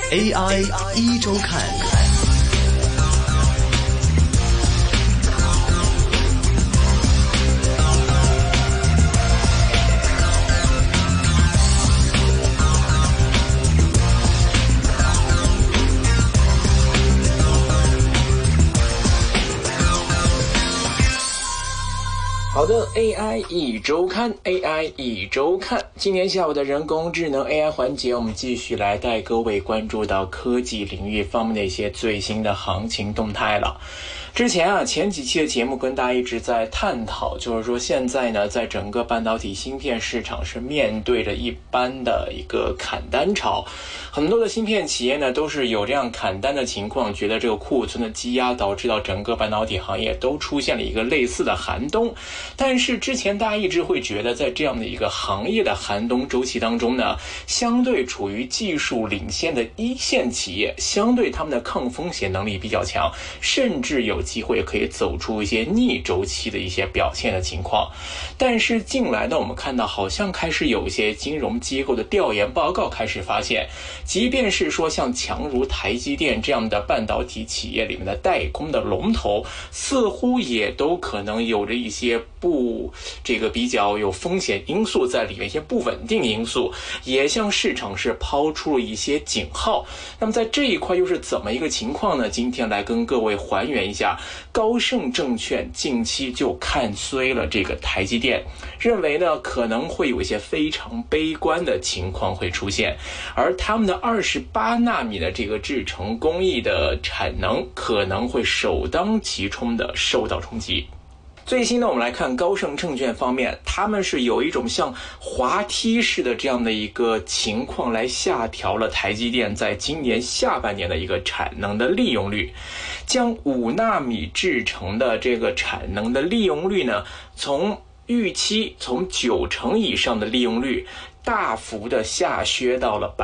AI 一周看。 好的 ，AI 一周看 ，AI 一周看。今天下午的人工智能 AI 环节，我们继续来带各位关注到科技领域方面的一些最新的行情动态了。之前前几期的节目跟大家一直在探讨，就是说现在呢，在整个半导体芯片市场是面对着一般的一个砍单潮，很多的芯片企业呢都是有这样砍单的情况，觉得这个库存的积压导致到整个半导体行业都出现了一个类似的寒冬。但是之前大家一直会觉得，在这样的一个行业的寒冬周期当中呢，相对处于技术领先的一线企业，相对他们的抗风险能力比较强，甚至有机会可以走出一些逆周期的一些表现的情况。但是近来呢，我们看到好像开始有一些金融机构的调研报告开始发现，即便是说像强如台积电这样的半导体企业里面的代工的龙头，似乎也都可能有着一些比较有风险因素在里面，一些不稳定因素也向市场是抛出了一些警号。那么在这一块又是怎么一个情况呢？今天来跟各位还原一下。高盛证券近期就看衰了这个台积电，认为呢可能会有一些非常悲观的情况会出现，而他们的28纳米的这个制程工艺的产能可能会首当其冲的受到冲击。最新呢，我们来看高盛证券方面，他们是有一种像滑梯式的这样的一个情况来下调了台积电在今年下半年的一个产能的利用率，将5纳米制程的这个产能的利用率呢，从预期从90%以上的利用率大幅的下削到了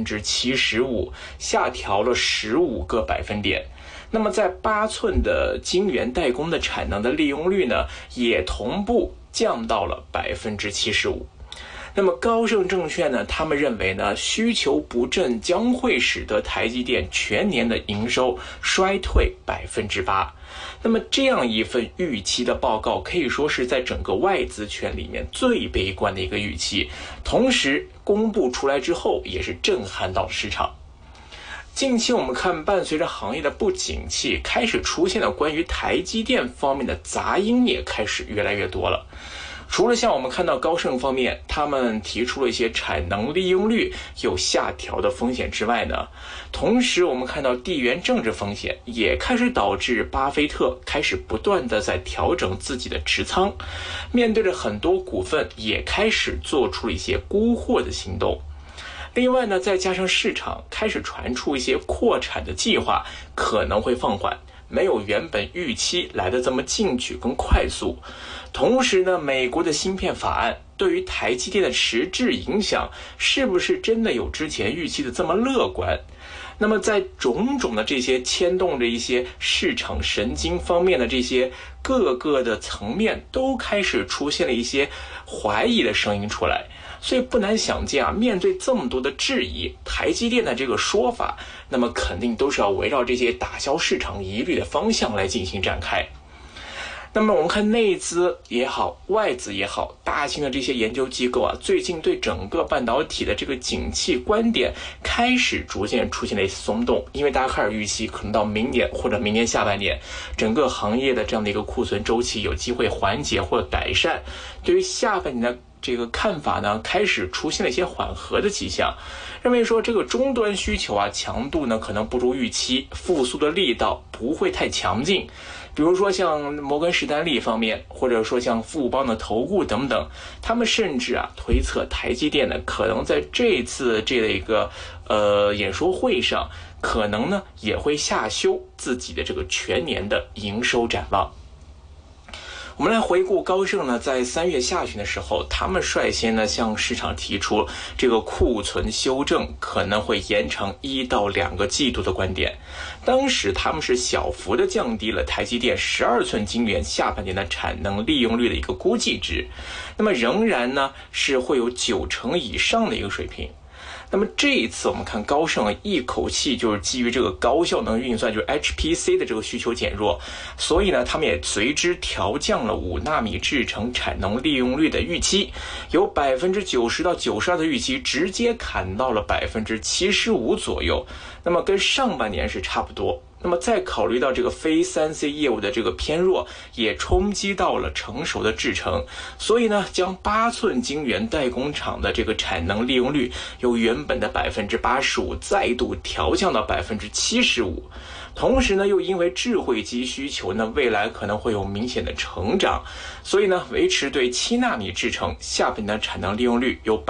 75%，下调了15个百分点。那么在8寸的晶圆代工的产能的利用率呢，也同步降到了75%。那么高盛证券呢，他们认为呢，需求不振将会使得台积电全年的营收衰退8%。那么这样一份预期的报告，可以说是在整个外资圈里面最悲观的一个预期，同时公布出来之后，也是震撼到市场。近期我们看，伴随着行业的不景气，开始出现了关于台积电方面的杂音也开始越来越多了。除了像我们看到高盛方面，他们提出了一些产能利用率有下调的风险之外呢，同时我们看到地缘政治风险也开始导致巴菲特开始不断的在调整自己的持仓，面对着很多股份也开始做出了一些沽货的行动。另外呢，再加上市场开始传出一些扩产的计划可能会放缓，没有原本预期来的这么进取跟快速。同时呢，美国的芯片法案对于台积电的实质影响是不是真的有之前预期的这么乐观？那么在种种的这些牵动着一些市场神经方面的这些各个的层面，都开始出现了一些怀疑的声音出来。所以不难想见面对这么多的质疑，台积电的这个说法，那么肯定都是要围绕这些打消市场疑虑的方向来进行展开。那么我们看内资也好，外资也好，大型的这些研究机构最近对整个半导体的这个景气观点开始逐渐出现了一些松动，因为大家开始预期可能到明年或者明年下半年，整个行业的这样的一个库存周期有机会缓解或者改善，对于下半年的这个看法呢，开始出现了一些缓和的迹象，认为说这个终端需求强度呢可能不如预期，复苏的力道不会太强劲。比如说像摩根士丹利方面，或者说像富邦的投顾等等，他们甚至推测台积电呢可能在这次这一个演说会上，可能呢也会下修自己的这个全年的营收展望。我们来回顾高盛呢，在3月下旬的时候，他们率先呢向市场提出这个库存修正可能会延长1到2个季度的观点。当时他们是小幅的降低了台积电12寸晶圆下半年的产能利用率的一个估计值，那么仍然呢是会有90%以上的一个水平。那那么这一次我们看高盛一口气就是基于这个高效能运算，就是 HPC 的这个需求减弱，所以呢他们也随之调降了5纳米制程产能利用率的预期，由90%到92%的预期直接砍到了75%左右，那么跟上半年是差不多。那么再考虑到这个非 3C 业务的这个偏弱，也冲击到了成熟的制程，所以呢将8寸晶圆代工厂的这个产能利用率由原本的85%再度调降到75%。同时呢又因为智慧机需求呢未来可能会有明显的成长，所以呢维持对7纳米制程下半年的产能利用率有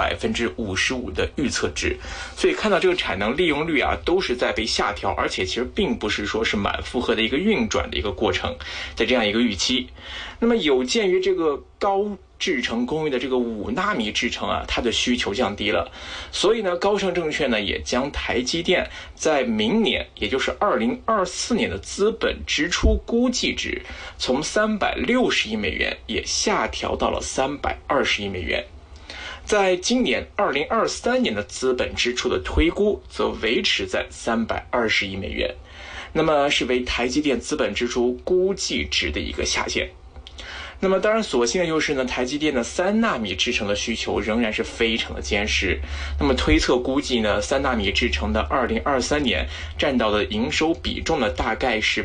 55%的预测值。所以看到这个产能利用率啊都是在被下调，而且其实并不是说是满负荷的一个运转的一个过程，在这样一个预期。那么有鉴于这个高制程供应的这个5纳米制程啊，它的需求降低了，所以呢高盛证券呢也将台积电在明年也就是2024年的资本支出估计值从360亿美元也下调到了320亿美元。在今年2023年的资本支出的推估则维持在320亿美元，那么是为台积电资本支出估计值的一个下限。那么当然所幸的就是呢，台积电的3纳米制程的需求仍然是非常的坚实。那么推测估计呢，3纳米制程的2023年占到的营收比重呢，大概是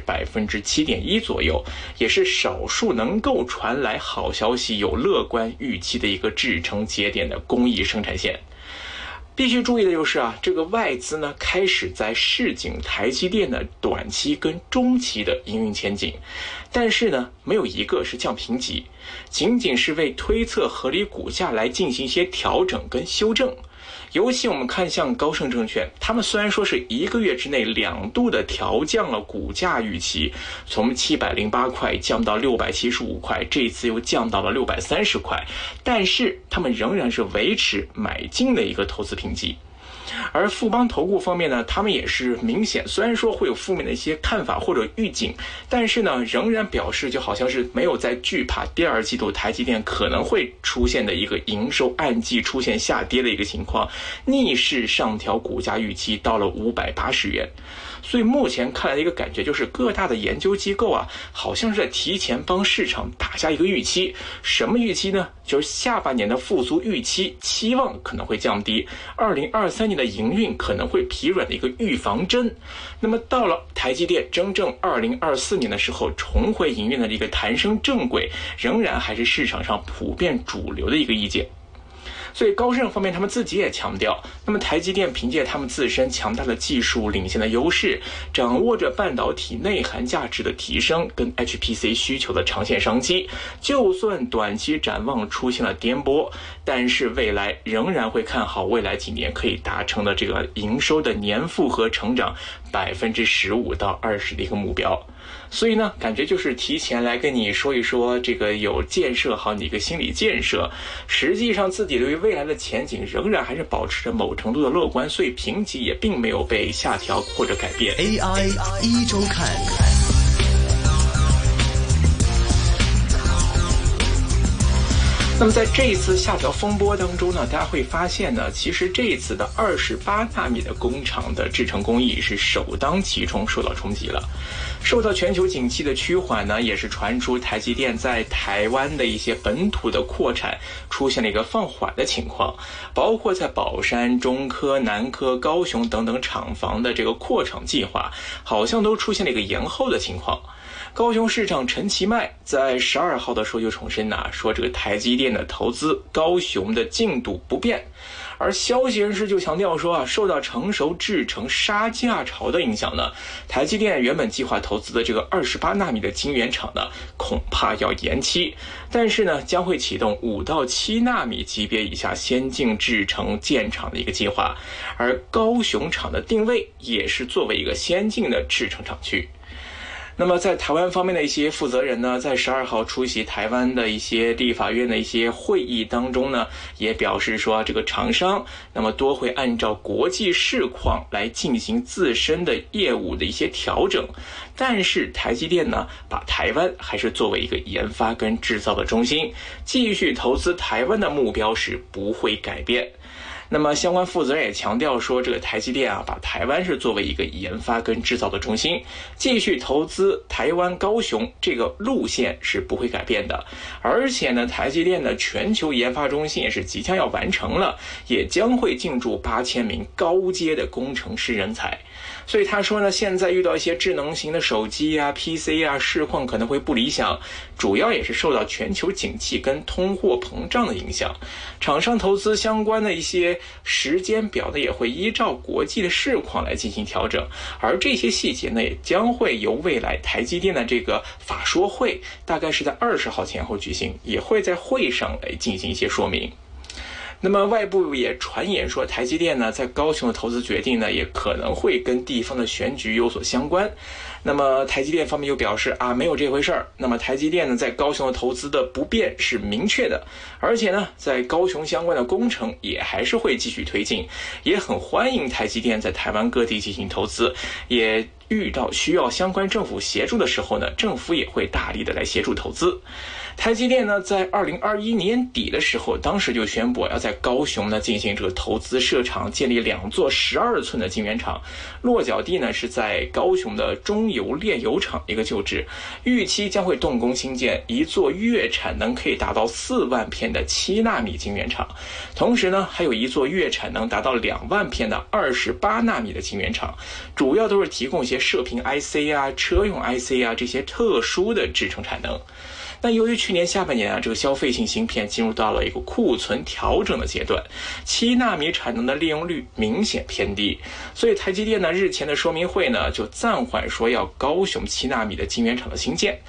7.1%左右，也是少数能够传来好消息、有乐观预期的一个制程节点的工艺生产线。必须注意的就是啊，这个外资呢开始在示警台积电的短期跟中期的营运前景，但是呢没有一个是降评级，仅仅是为推测合理股价来进行一些调整跟修正。尤其我们看像高盛证券，他们虽然说是1个月之内2度的调降了股价预期，从708块降到675块，这一次又降到了630块，但是他们仍然是维持买进的一个投资评级。而富邦投顾方面呢，他们也是明显，虽然说会有负面的一些看法或者预警，但是呢仍然表示就好像是没有在惧怕第2季度台积电可能会出现的一个营收按季出现下跌的一个情况，逆势上调股价预期到了580元。所以目前看来的一个感觉就是各大的研究机构啊，好像是在提前帮市场打下一个预期。什么预期呢？就是下半年的复苏预期期望可能会降低，2023年的营运可能会疲软的一个预防针。那么到了台积电真正2024年的时候重回营运的一个弹升正轨，仍然还是市场上普遍主流的一个意见。所以高盛方面他们自己也强调，那么台积电凭借他们自身强大的技术领先的优势，掌握着半导体内涵价值的提升跟 HPC 需求的长线商机，就算短期展望出现了颠簸，但是未来仍然会看好未来几年可以达成的这个营收的年复合成长15%到20%的一个目标。所以呢，感觉就是提前来跟你说一说这个有建设好你一个心理建设，实际上自己对于未来的前景仍然还是保持着某程度的乐观，所以评级也并没有被下调或者改变。 AI 一周看。 那么在这一次下调风波当中呢，大家会发现呢，其实这一次的28纳米的工厂的制程工艺是首当其冲受到冲击了。受到全球景气的趋缓呢，也是传出台积电在台湾的一些本土的扩产出现了一个放缓的情况，包括在宝山、中科、南科、高雄等等厂房的这个扩厂计划，好像都出现了一个延后的情况。高雄市长陈其迈在12号的时候就重申说这个台积电的投资高雄的进度不变，而消息人士就强调说受到成熟制程杀价潮的影响呢，台积电原本计划投资的这个28纳米的晶圆厂呢，恐怕要延期，但是呢，将会启动5到7纳米级别以下先进制程建厂的一个计划，而高雄厂的定位也是作为一个先进的制程厂区。那么在台湾方面的一些负责人呢，在12号出席台湾的一些立法院的一些会议当中呢，也表示说这个厂商那么多会按照国际市况来进行自身的业务的一些调整，但是台积电呢，把台湾还是作为一个研发跟制造的中心，继续投资台湾的目标是不会改变。 那么相关负责人也强调说，这个台积电把台湾是作为一个研发跟制造的中心，继续投资台湾高雄这个路线是不会改变的。而且呢，台积电的全球研发中心也是即将要完成了，也将会进驻8000名高阶的工程师人才。所以他说呢，现在遇到一些智能型的手机PC市况可能会不理想，主要也是受到全球景气跟通货膨胀的影响。厂商投资相关的一些时间表呢，也会依照国际的市况来进行调整，而这些细节呢，也将会由未来台积电的这个法说会，大概是在20号前后举行，也会在会上来进行一些说明。那么外部也传言说，台积电呢在高雄的投资决定呢，也可能会跟地方的选举有所相关。那么台积电方面又表示没有这回事儿。那么台积电呢在高雄的投资的不变是明确的，而且呢在高雄相关的工程也还是会继续推进，也很欢迎台积电在台湾各地进行投资，也遇到需要相关政府协助的时候呢，政府也会大力的来协助投资。台积电呢在2021年底的时候，当时就宣布要在高雄呢进行这个投资设厂，建立2座12寸的晶圆厂，落脚地呢是在高雄的中油炼油厂一个旧址，预期将会动工兴建1座月产能可以达到4万片的7纳米晶圆厂，同时呢还有1座月产能达到2万片的28纳米的晶圆厂，主要都是提供一些射频 IC 车用 IC 这些特殊的制程产能。那由于去年下半年这个消费性芯片进入到了一个库存调整的阶段，7纳米产能的利用率明显偏低，所以台积电呢日前的说明会呢就暂缓说要高雄7纳米的晶圆厂的兴建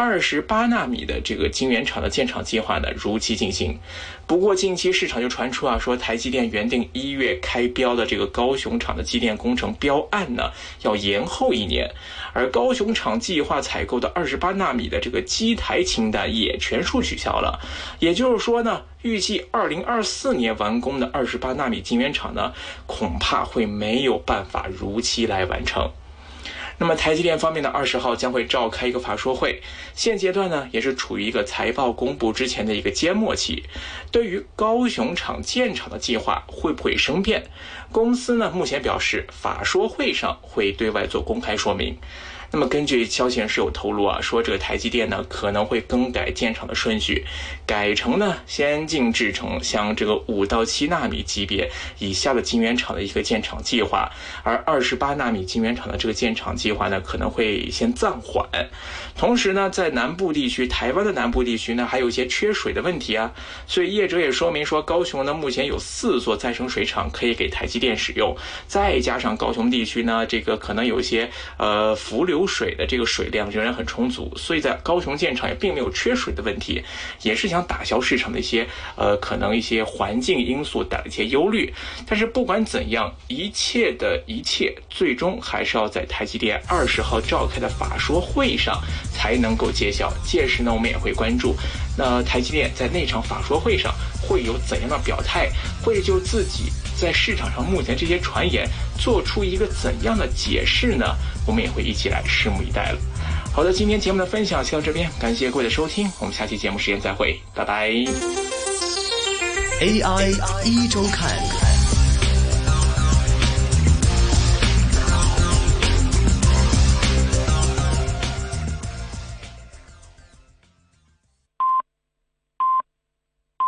，28纳米的这个晶圆厂的建厂计划呢如期进行。不过近期市场就传出说台积电原定1月开标的这个高雄厂的机电工程标案呢要延后1年，而高雄厂计划采购的28纳米的这个机台清单也全数取消了。也就是说呢，预计2024年完工的28纳米晶圆厂呢，恐怕会没有办法如期来完成。那么台积电方面的20号将会召开一个法说会，现阶段呢也是处于一个财报公布之前的一个缄默期。对于高雄厂建厂的计划会不会生变，公司呢目前表示法说会上会对外做公开说明。那么根据消息人士有透露说这个台积电呢可能会更改建厂的顺序，改成呢先进制程像这个5到7纳米级别以下的晶圆厂的一个建厂计划，而28纳米晶圆厂的这个建厂计划呢可能会先暂缓。同时呢在南部地区，台湾的南部地区呢还有一些缺水的问题所以业者也说明说高雄呢目前有4座再生水厂可以给台积电使用，再加上高雄地区呢这个可能有一些浮流水的这个水量仍然很充足，所以在高雄建厂也并没有缺水的问题，也是想打消市场的一些可能一些环境因素带来一些忧虑。但是不管怎样，一切最终还是要在台积电20号召开的法说会上才能够揭晓。届时呢我们也会关注那台积电在那场法说会上会有怎样的表态，会就自己在市场上目前这些传言做出一个怎样的解释呢？我们也会一起来拭目以待了。好的，今天节目的分享就到这边，感谢各位的收听，我们下期节目时间再会，拜拜。 AI 一周看。